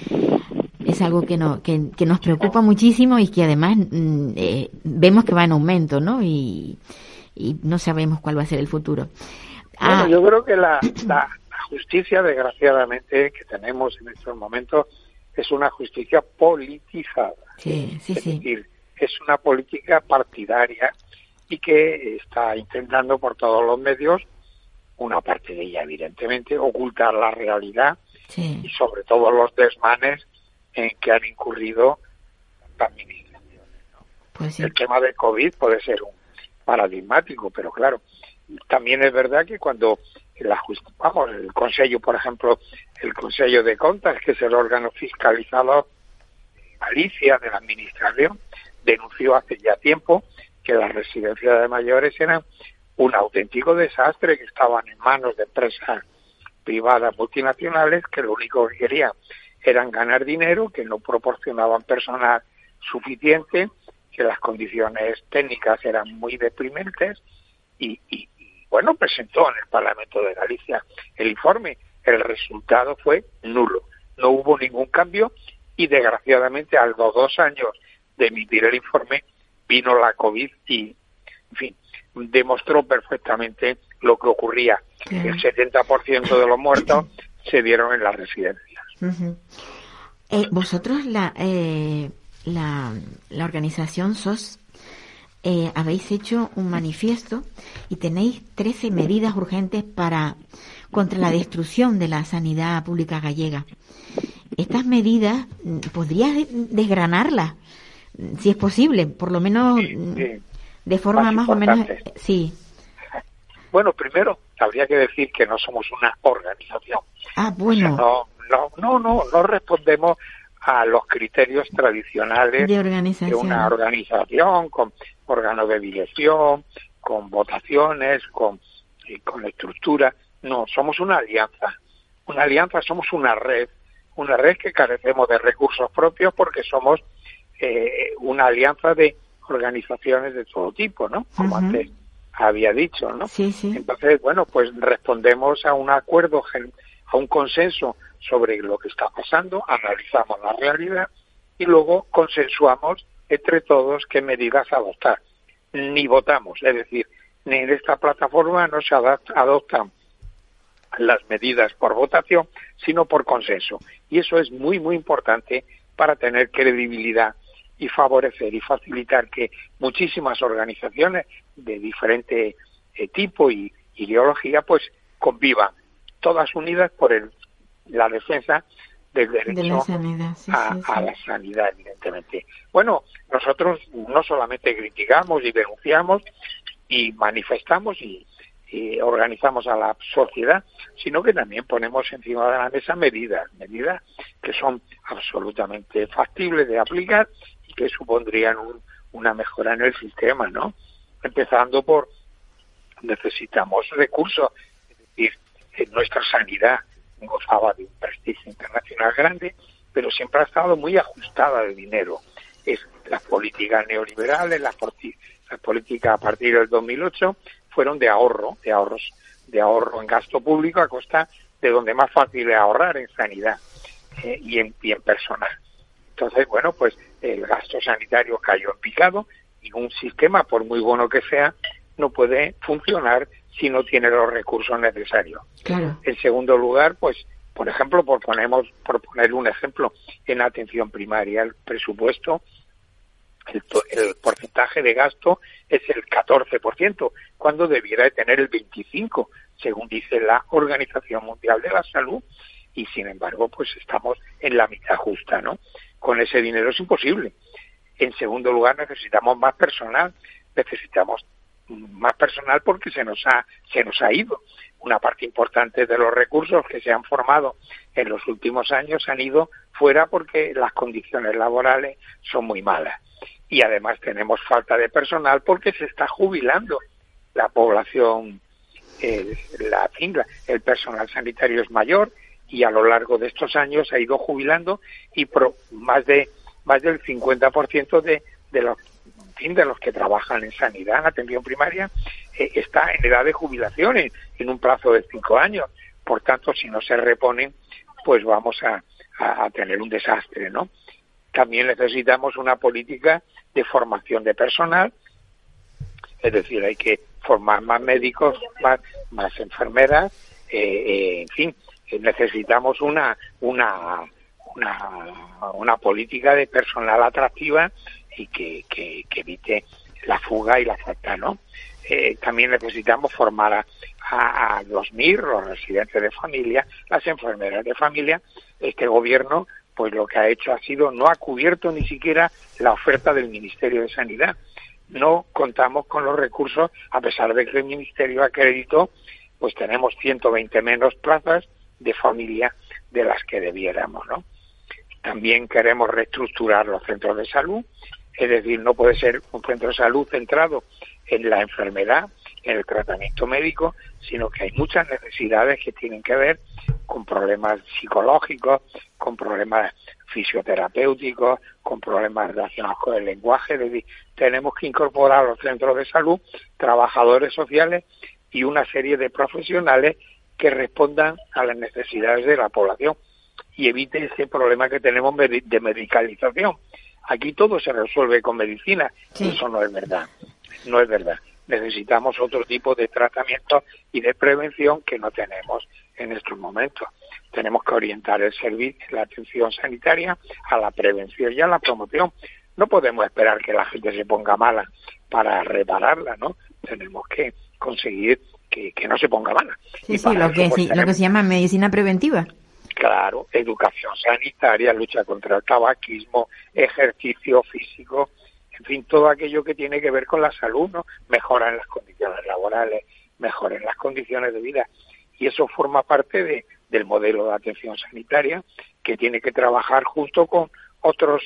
Es algo que nos preocupa muchísimo y que además vemos que va en aumento, ¿no? Y no sabemos cuál va a ser el futuro. Bueno, yo creo que la justicia, desgraciadamente, que tenemos en estos momentos, es una justicia politizada. Sí. Es decir, es una política partidaria y que está intentando por todos los medios, una parte de ella evidentemente, ocultar la realidad y sobre todo los desmanes en que han incurrido las administraciones, ¿no? Pues sí. El tema del COVID puede ser un paradigmático, pero claro, también es verdad que cuando el Consejo, por ejemplo, el Consejo de Contas, que es el órgano fiscalizador de Galicia, de la administración, denunció hace ya tiempo que las residencias de mayores eran un auténtico desastre, que estaban en manos de empresas privadas multinacionales que lo único que querían eran ganar dinero, que no proporcionaban personal suficiente, que las condiciones técnicas eran muy deprimentes y presentó en el Parlamento de Galicia el informe. El resultado fue nulo, no hubo ningún cambio y desgraciadamente a los 2 años de emitir el informe vino la COVID y, en fin, demostró perfectamente lo que ocurría. El 70% de los muertos se dieron en las residencias. Uh-huh. Vosotros, la organización SOS, habéis hecho un manifiesto y tenéis 13 medidas urgentes contra la destrucción de la sanidad pública gallega. Estas medidas, ¿podrías desgranarlas? Si es posible, por lo menos de forma más o menos... Sí. Bueno, primero, habría que decir que no somos una organización. Bueno. O sea, no respondemos a los criterios tradicionales de una organización, con órganos de dirección, con votaciones, con estructura. No, somos una alianza. Una alianza, somos una red que carecemos de recursos propios porque somos una alianza de organizaciones de todo tipo, ¿no? Como antes había dicho, ¿no? Sí, sí. Entonces, bueno, pues respondemos a un acuerdo, a un consenso sobre lo que está pasando, analizamos la realidad y luego consensuamos entre todos qué medidas adoptar. Ni votamos, es decir, ni en esta plataforma no se adoptan las medidas por votación, sino por consenso. Y eso es muy, muy importante para tener credibilidad y favorecer y facilitar que muchísimas organizaciones de diferente tipo y ideología pues convivan, todas unidas por la defensa del derecho de la sanidad, a la sanidad, evidentemente. Bueno, nosotros no solamente criticamos y denunciamos y manifestamos y organizamos a la sociedad, sino que también ponemos encima de la mesa medidas que son absolutamente factibles de aplicar y que supondrían una mejora en el sistema, ¿no? Empezando por necesitamos recursos, es decir, nuestra sanidad gozaba de un prestigio internacional grande, pero siempre ha estado muy ajustada de dinero. Es las políticas neoliberales, las políticas a partir del 2008 fueron de ahorro en gasto público a costa de donde más fácil es ahorrar, en sanidad y en personal. Entonces, bueno, pues el gasto sanitario cayó en picado y un sistema, por muy bueno que sea, no puede funcionar si no tiene los recursos necesarios. Claro. En segundo lugar, pues, por ejemplo, por poner un ejemplo, en atención primaria, el presupuesto, el porcentaje de gasto es el 14%, cuando debiera de tener el 25%, según dice la Organización Mundial de la Salud, y sin embargo, pues estamos en la mitad justa, ¿no? Con ese dinero es imposible. En segundo lugar, necesitamos más personal porque se nos ha ido. Una parte importante de los recursos que se han formado en los últimos años han ido fuera porque las condiciones laborales son muy malas. Y además tenemos falta de personal porque se está jubilando la población, el personal sanitario es mayor y a lo largo de estos años ha ido jubilando y más del 50% de los que trabajan en sanidad, en atención primaria, está en edad de jubilación en un plazo de 5 años. Por tanto, si no se reponen, pues vamos a tener un desastre, ¿no? También necesitamos una política de formación de personal, es decir, hay que formar más médicos, más enfermeras, en fin, necesitamos una política de personal atractiva y que evite la fuga y la falta, ¿no? También necesitamos formar a los MIR, los residentes de familia, las enfermeras de familia. Este gobierno, pues lo que ha hecho no ha cubierto ni siquiera la oferta del Ministerio de Sanidad. No contamos con los recursos, a pesar de que el Ministerio acreditó, pues tenemos 120 menos plazas de familia de las que debiéramos, ¿no? También queremos reestructurar los centros de salud, es decir, no puede ser un centro de salud centrado en la enfermedad, en el tratamiento médico, sino que hay muchas necesidades que tienen que ver con problemas psicológicos, con problemas fisioterapéuticos, con problemas relacionados con el lenguaje. Es decir, tenemos que incorporar a los centros de salud trabajadores sociales y una serie de profesionales que respondan a las necesidades de la población y evite ese problema que tenemos de medicalización. Aquí todo se resuelve con medicina. Sí. Eso no es verdad. No es verdad. Necesitamos otro tipo de tratamiento y de prevención que no tenemos en estos momentos. Tenemos que orientar el servicio, la atención sanitaria, a la prevención y a la promoción. No podemos esperar que la gente se ponga mala para repararla, ¿no? Tenemos que conseguir que no se ponga mala. Sí, lo que se llama medicina preventiva. Claro, educación sanitaria, lucha contra el tabaquismo, ejercicio físico, en fin, todo aquello que tiene que ver con la salud, ¿no? Mejora en las condiciones laborales, mejora en las condiciones de vida. Y eso forma parte del modelo de atención sanitaria que tiene que trabajar junto con otros,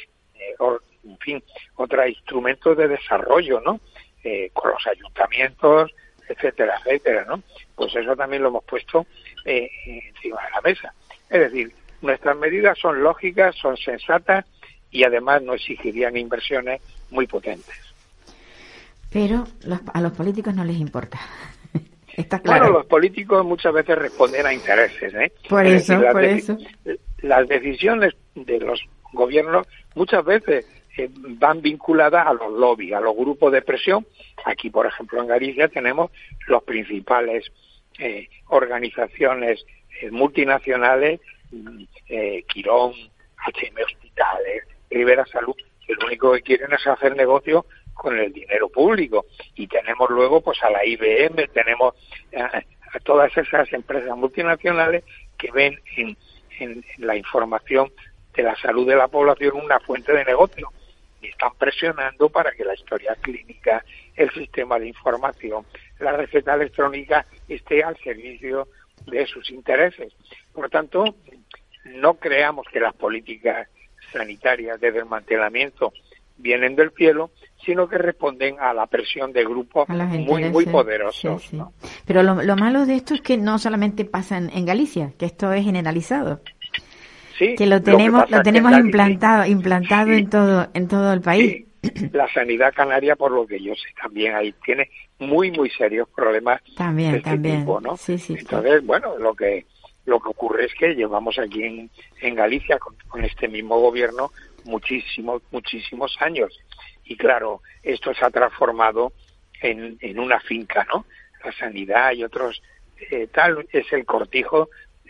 otros instrumentos de desarrollo, ¿no? Con los ayuntamientos, etcétera, etcétera, ¿no? Pues eso también lo hemos puesto encima de la mesa. Es decir, nuestras medidas son lógicas, son sensatas y además no exigirían inversiones muy potentes. Pero a los políticos no les importa. Está claro. Bueno, los políticos muchas veces responden a intereses, ¿eh? Por eso. Las decisiones de los gobiernos muchas veces van vinculadas a los lobbies, a los grupos de presión. Aquí, por ejemplo, en Galicia tenemos los principales organizaciones multinacionales, Quirón, H&M Hospitales, Rivera Salud, que lo único que quieren es hacer negocio con el dinero público. Y tenemos luego pues a la IBM, tenemos a todas esas empresas multinacionales que ven en la información de la salud de la población una fuente de negocio y están presionando para que la historia clínica, el sistema de información, la receta electrónica esté al servicio de sus intereses. Por tanto, no creamos que las políticas sanitarias de desmantelamiento vienen del cielo, sino que responden a la presión de grupos muy poderosos. Sí, sí. ¿No? Pero lo malo de esto es que no solamente pasa en Galicia, que esto es generalizado. Sí, que lo tenemos implantado sí, en todo el país. Sí. La sanidad canaria, por lo que yo sé, también ahí tiene muy serios problemas de este tipo, ¿no? Sí, Entonces, bueno, lo que ocurre es que llevamos aquí en Galicia con este mismo gobierno muchísimos años. Y claro, esto se ha transformado en una finca, ¿no? La sanidad y otros tal es el cortijo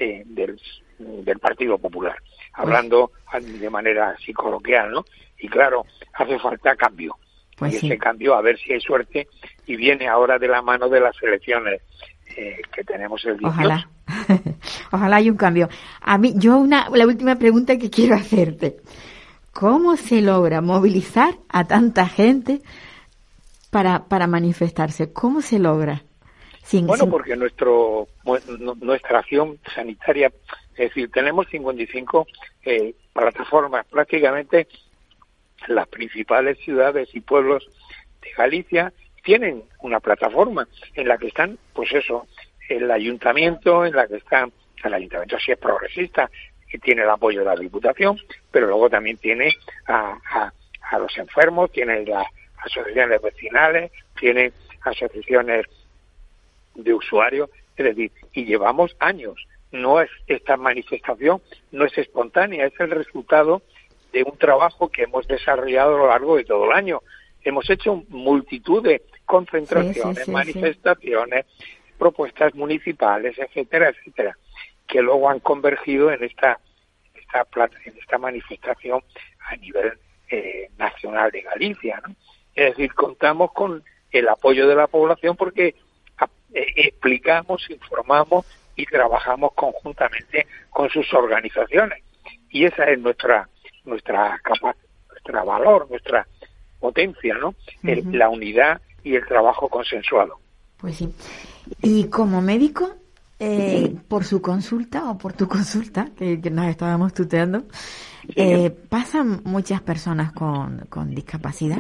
del Partido Popular, hablando de manera así coloquial, ¿no? Y claro, hace falta cambio. Pues y sí. ese cambio, a ver si hay suerte, y viene ahora de la mano de las elecciones que tenemos el 18. Ojalá haya un cambio. A mí, la última pregunta que quiero hacerte. ¿Cómo se logra movilizar a tanta gente para manifestarse? ¿Cómo se logra? Porque nuestra acción sanitaria, es decir, tenemos 55 plataformas, prácticamente las principales ciudades y pueblos de Galicia tienen una plataforma en la que están, pues eso, el ayuntamiento, el ayuntamiento sí es progresista, que tiene el apoyo de la Diputación, pero luego también tiene a los enfermos, tiene las asociaciones vecinales, tiene asociaciones de usuarios, es decir, y llevamos años. No es esta manifestación, no es espontánea, es el resultado de un trabajo que hemos desarrollado a lo largo de todo el año. Hemos hecho multitud de concentraciones, manifestaciones, propuestas municipales, etcétera, que luego han convergido en esta manifestación a nivel nacional de Galicia, ¿no? Es decir, contamos con el apoyo de la población porque explicamos, informamos y trabajamos conjuntamente con sus organizaciones. Y esa es nuestra valor, nuestra potencia, ¿no? Uh-huh. La unidad y el trabajo consensuado. Pues sí. Y como médico, por su consulta o por tu consulta, que nos estábamos tuteando, ¿pasan muchas personas con discapacidad?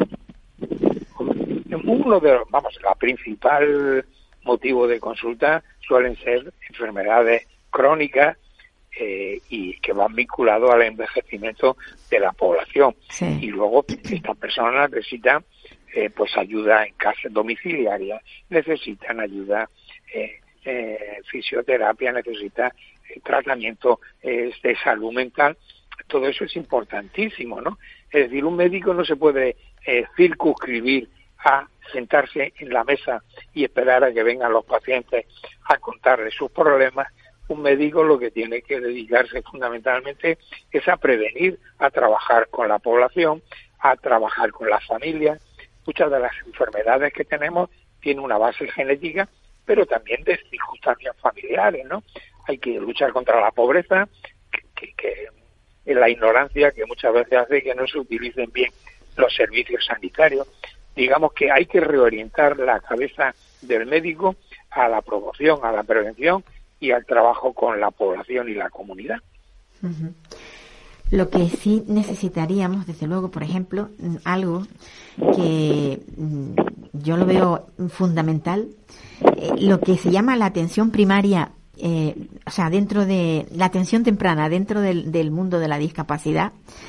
La principal motivo de consulta suelen ser enfermedades crónicas y que van vinculados al envejecimiento de la población. Sí. Y luego estas personas necesitan pues ayuda en casa domiciliaria, necesitan ayuda fisioterapia, necesitan tratamiento de salud mental. Todo eso es importantísimo, ¿no? Es decir, un médico no se puede circunscribir a sentarse en la mesa y esperar a que vengan los pacientes a contarles sus problemas. Un médico lo que tiene que dedicarse fundamentalmente es a prevenir, a trabajar con la población, a trabajar con las familias. Muchas de las enfermedades que tenemos tienen una base genética, pero también de circunstancias familiares, ¿no? Hay que luchar contra la pobreza, que es la ignorancia que muchas veces hace que no se utilicen bien los servicios sanitarios. Digamos que hay que reorientar la cabeza del médico a la promoción, a la prevención y al trabajo con la población y la comunidad. Uh-huh. Lo que sí necesitaríamos, desde luego, por ejemplo, algo que yo lo veo fundamental, lo que se llama la atención primaria, dentro de la atención temprana, dentro del mundo de la discapacidad,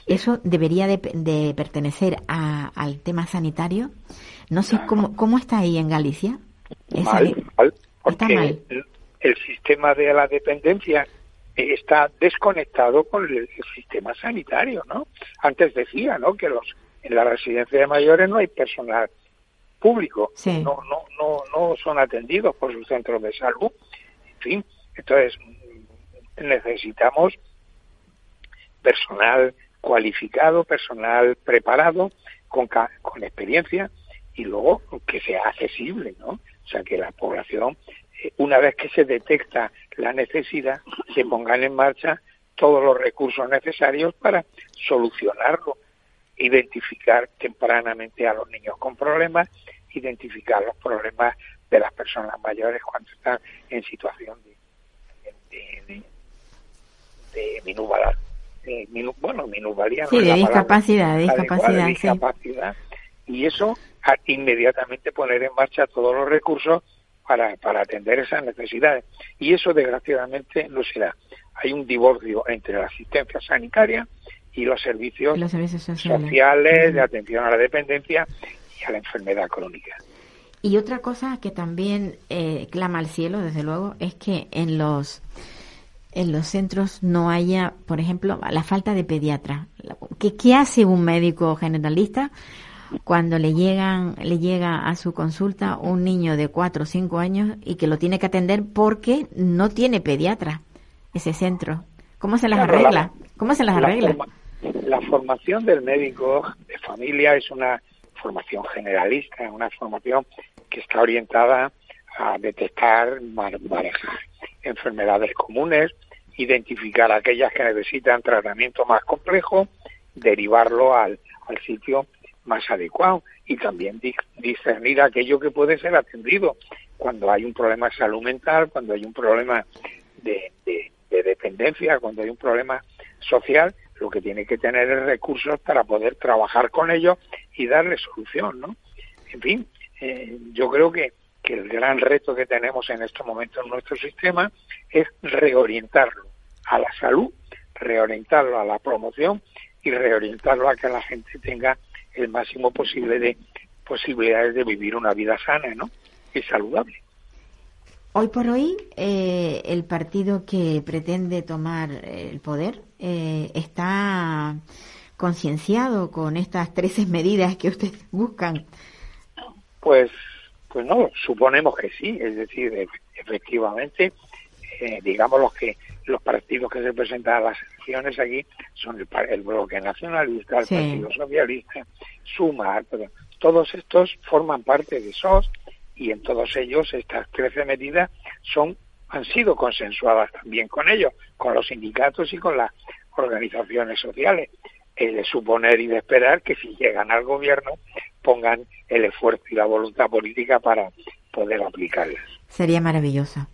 ¿Eso debería de pertenecer al tema sanitario? No sé cómo está ahí en Galicia. Mal, porque está mal. El sistema de la dependencia está desconectado con el sistema sanitario, ¿no? Antes decía, ¿no?, que en la residencia de mayores no hay personal público, sí. no son atendidos por sus centros de salud, en fin, entonces necesitamos personal cualificado, personal preparado, con experiencia, y luego que sea accesible, ¿no? O sea, que la población, una vez que se detecta la necesidad, se pongan en marcha todos los recursos necesarios para solucionarlo, identificar tempranamente a los niños con problemas, identificar los problemas de las personas mayores cuando están en situación de minusvalía, sí, de discapacidad, discapacidad, y eso inmediatamente poner en marcha todos los recursos para atender esas necesidades. Y eso, desgraciadamente, no se da. Hay un divorcio entre la asistencia sanitaria y los servicios sociales de atención a la dependencia y a la enfermedad crónica. Y otra cosa que también clama al cielo, desde luego, es que en los centros no haya, por ejemplo, la falta de pediatra. ¿Qué hace un médico generalista cuando le llega a su consulta un niño de 4 o 5 años y que lo tiene que atender porque no tiene pediatra ese centro? ¿Cómo se las arregla? La formación del médico de familia es una formación generalista, una formación que está orientada a detectar, manejar enfermedades comunes, identificar aquellas que necesitan tratamiento más complejo, derivarlo al sitio más adecuado, y también discernir aquello que puede ser atendido cuando hay un problema de salud mental, cuando hay un problema de dependencia, cuando hay un problema social. Lo que tiene que tener es recursos para poder trabajar con ellos y darle solución, ¿no? En fin, yo creo que el gran reto que tenemos en estos momentos en nuestro sistema es reorientarlo a la salud, reorientarlo a la promoción y reorientarlo a que la gente tenga el máximo posible de posibilidades de vivir una vida sana, ¿no?, y saludable. Hoy por hoy, el partido que pretende tomar el poder está concienciado con estas 13 medidas que ustedes buscan. Pues no, suponemos que sí, es decir, efectivamente, digamos los partidos que se presentan a las elecciones aquí son el Bloque Nacionalista, el Partido Socialista, Sumar, todos estos forman parte de SOS, y en todos ellos estas 13 medidas han sido consensuadas también con ellos, con los sindicatos y con las organizaciones sociales. Es de suponer y de esperar que si llegan al gobierno pongan el esfuerzo y la voluntad política para poder aplicarlas. Sería maravilloso.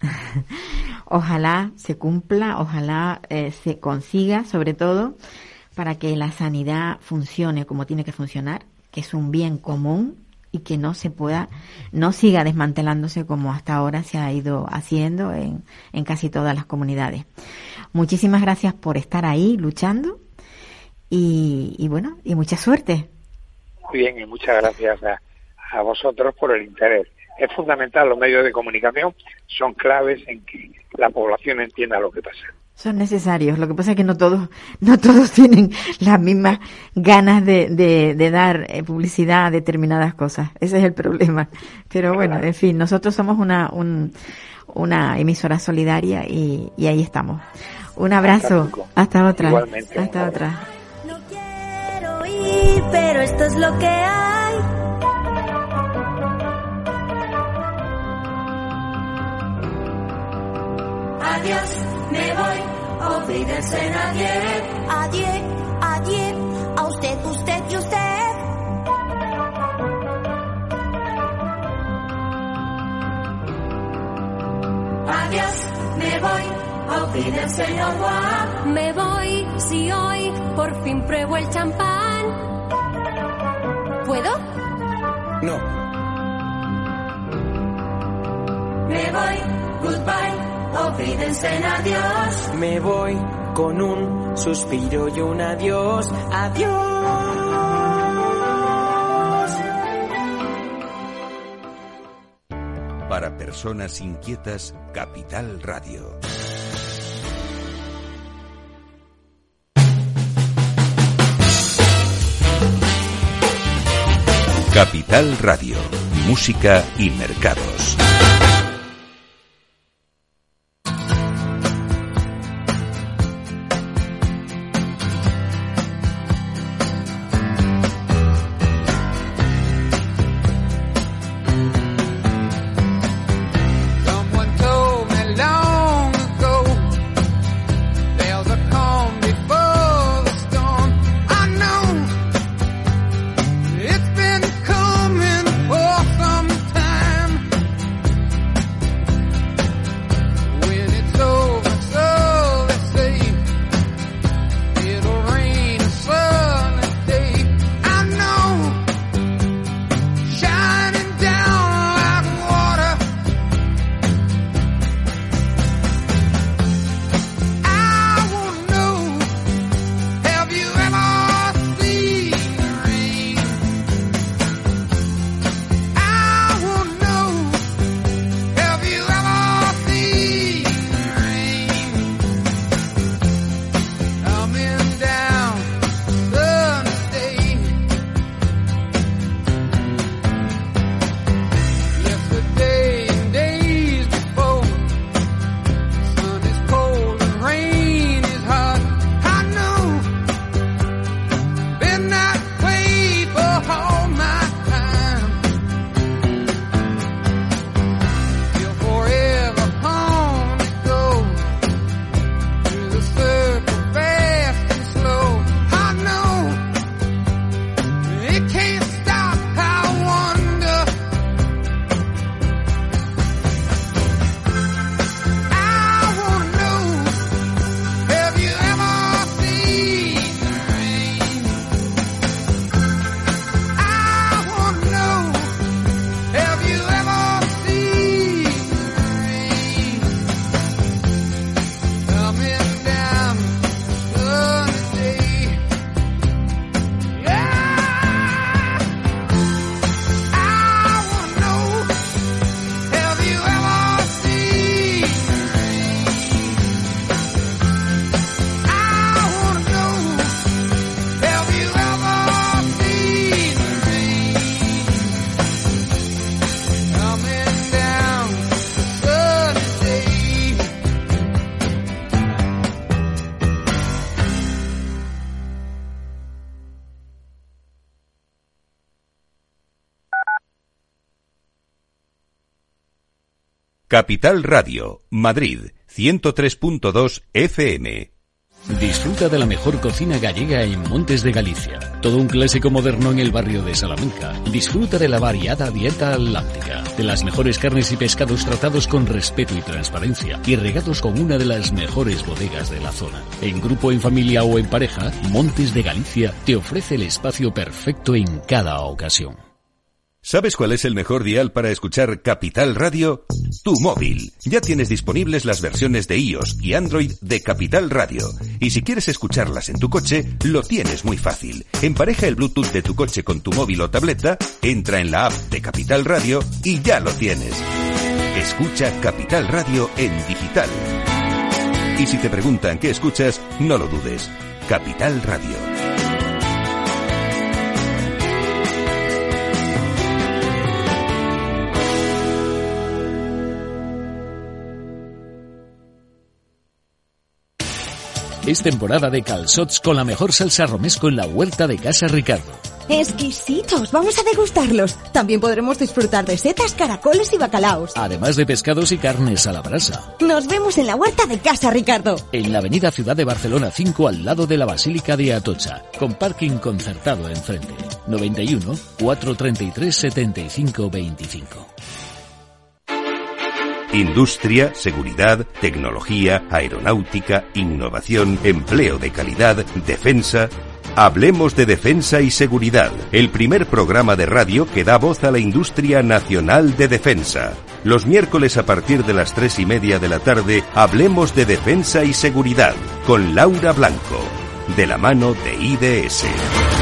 Ojalá se cumpla, ojalá se consiga, sobre todo para que la sanidad funcione como tiene que funcionar, que es un bien común, y que no siga desmantelándose como hasta ahora se ha ido haciendo en casi todas las comunidades. Muchísimas gracias por estar ahí luchando y bueno, y mucha suerte. Muy bien, y muchas gracias a vosotros por el interés. Es fundamental, los medios de comunicación son claves en que la población entienda lo que pasa. Son necesarios. Lo que pasa es que no todos tienen las mismas ganas de dar publicidad a determinadas cosas. Ese es el problema. Pero bueno, en fin, nosotros somos una emisora solidaria y ahí estamos. Un abrazo. Hasta otra. Igualmente. Hasta otra. No quiero ir, pero esto es lo que hay. Adiós, me voy, olvídense nadie. Adiós, a usted y usted. Adiós, me voy, olvídense no voy. Me voy, si hoy por fin pruebo el champán. ¿Puedo? No. Me voy, goodbye. Olvídense en adiós. Me voy, con un suspiro y un adiós, adiós. Para personas inquietas, Capital Radio. Capital Radio, música y mercados. Capital Radio, Madrid, 103.2 FM. Disfruta de la mejor cocina gallega en Montes de Galicia. Todo un clásico moderno en el barrio de Salamanca. Disfruta de la variada dieta atlántica, de las mejores carnes y pescados tratados con respeto y transparencia y regados con una de las mejores bodegas de la zona. En grupo, en familia o en pareja, Montes de Galicia te ofrece el espacio perfecto en cada ocasión. ¿Sabes cuál es el mejor dial para escuchar Capital Radio? Tu móvil. Ya tienes disponibles las versiones de iOS y Android de Capital Radio. Y si quieres escucharlas en tu coche, lo tienes muy fácil. Empareja el Bluetooth de tu coche con tu móvil o tableta, entra en la app de Capital Radio y ya lo tienes. Escucha Capital Radio en digital. Y si te preguntan qué escuchas, no lo dudes. Capital Radio. Es temporada de calçots con la mejor salsa romesco en la huerta de Casa Ricardo. ¡Exquisitos! Vamos a degustarlos. También podremos disfrutar de setas, caracoles y bacalaos. Además de pescados y carnes a la brasa. Nos vemos en la huerta de Casa Ricardo. En la avenida Ciudad de Barcelona 5, al lado de la Basílica de Atocha. Con parking concertado enfrente. 91 433 75 25. Industria, seguridad, tecnología, aeronáutica, innovación, empleo de calidad, defensa. Hablemos de Defensa y Seguridad, el primer programa de radio que da voz a la industria nacional de defensa. Los miércoles a partir de las 3:30 de la tarde, hablemos de Defensa y Seguridad, con Laura Blanco, de la mano de IDS.